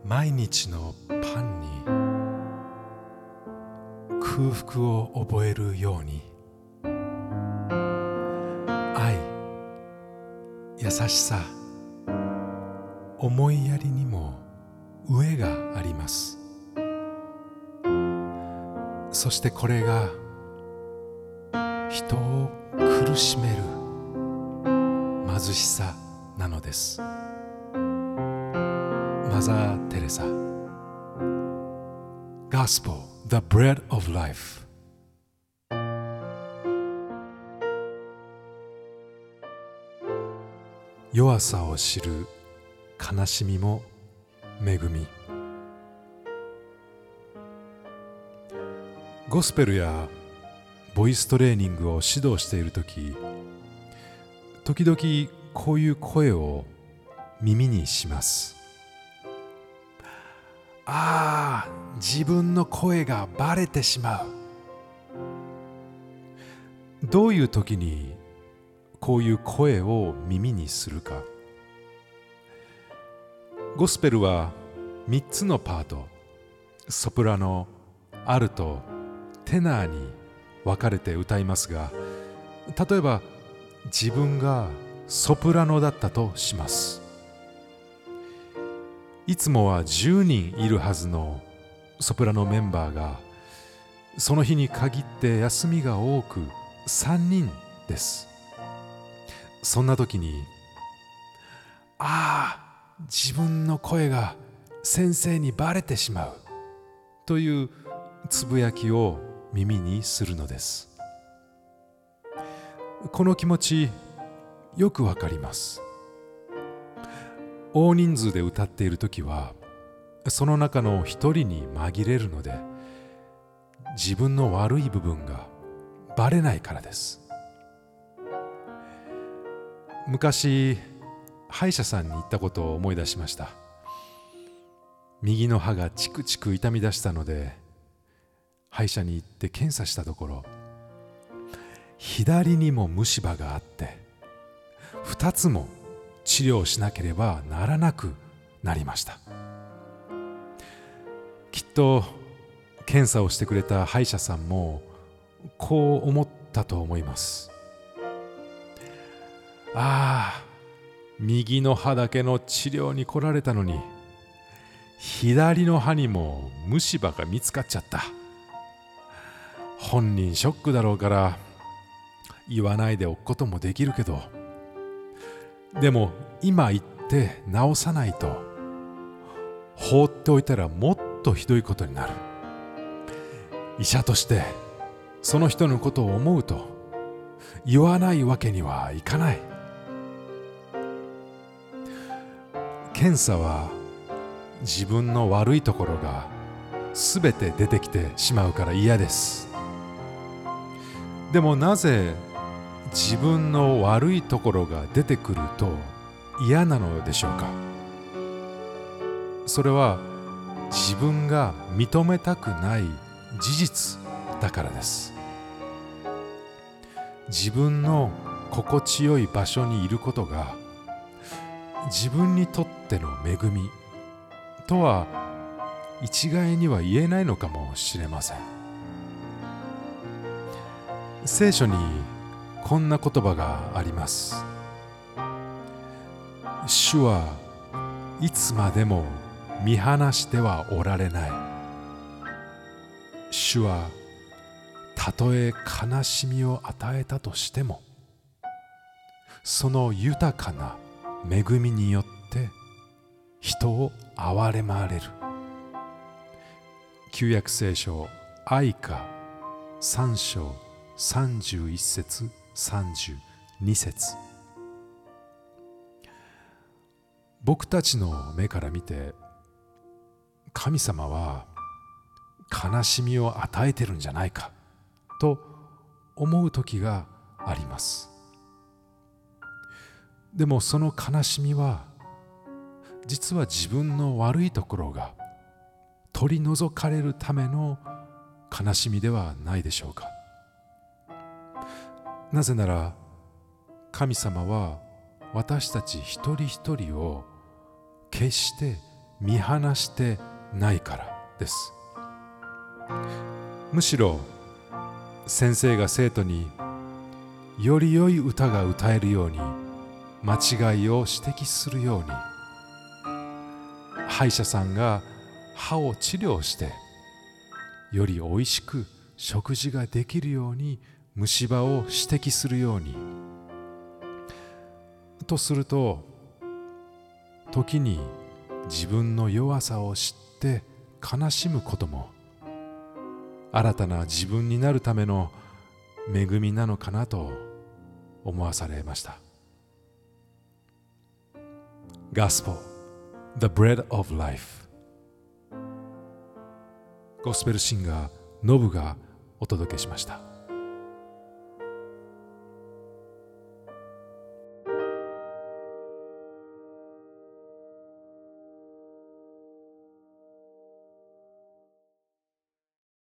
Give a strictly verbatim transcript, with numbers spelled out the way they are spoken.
毎日のパンに空腹を覚えるように、愛、優しさ、思いやりにも飢えがあります。そしてこれが人を苦しめる貧しさなのです。マザー・テレサ。 Gospel, the bread of life。 弱さを知る悲しみも恵み。ゴスペルやボイストレーニングを指導しているとき、時々こういう声を耳にします。ああ、自分の声がバレてしまう。どういう時にこういう声を耳にするか。ゴスペルはみっつのパート、ソプラノ、アルト、テナーに分かれて歌いますが、例えば自分がソプラノだったとします。いつもはじゅうにんいるはずのソプラノメンバーが、その日に限って休みが多くさんにんです。そんな時に、ああ、自分の声が先生にバレてしまうというつぶやきを耳にするのです。この気持ちよくわかります。大人数で歌っているときは、その中の一人に紛れるので、自分の悪い部分がバレないからです。昔、歯医者さんに行ったことを思い出しました。右の歯がチクチク痛み出したので、歯医者に行って検査したところ、左にも虫歯があって、二つも治療しなければならなくなりました。きっと検査をしてくれた歯医者さんもこう思ったと思います。ああ、右の歯だけの治療に来られたのに、左の歯にも虫歯が見つかっちゃった。本人ショックだろうから言わないでおくこともできるけど、でも今言って治さないと、放っておいたらもっとひどいことになる。医者としてその人のことを思うと、言わないわけにはいかない。検査は自分の悪いところがすべて出てきてしまうから嫌です。でもなぜ自分の悪いところが出てくると嫌なのでしょうか。それは自分が認めたくない事実だからです。自分の心地よい場所にいることが自分にとっての恵みとは一概には言えないのかもしれません。聖書にこんな言葉があります。主はいつまでも見放してはおられない。主はたとえ悲しみを与えたとしても、その豊かな恵みによって人を憐れまわれる。旧約聖書愛歌三章三十一節三十二節。僕たちの目から見て、神様は悲しみを与えてるんじゃないかと思う時があります。でもその悲しみは、実は自分の悪いところが取り除かれるための悲しみではないでしょうか。なぜなら、神様は私たち一人一人を決して見放してないからです。むしろ先生が生徒により良い歌が歌えるように間違いを指摘するように、歯医者さんが歯を治療してよりおいしく食事ができるように虫歯を指摘するようにとすると、時に自分の弱さを知って悲しむことも新たな自分になるための恵みなのかなと思わされました。 Gospel, the bread of life。 ゴスペルシンガーノブがお届けしました。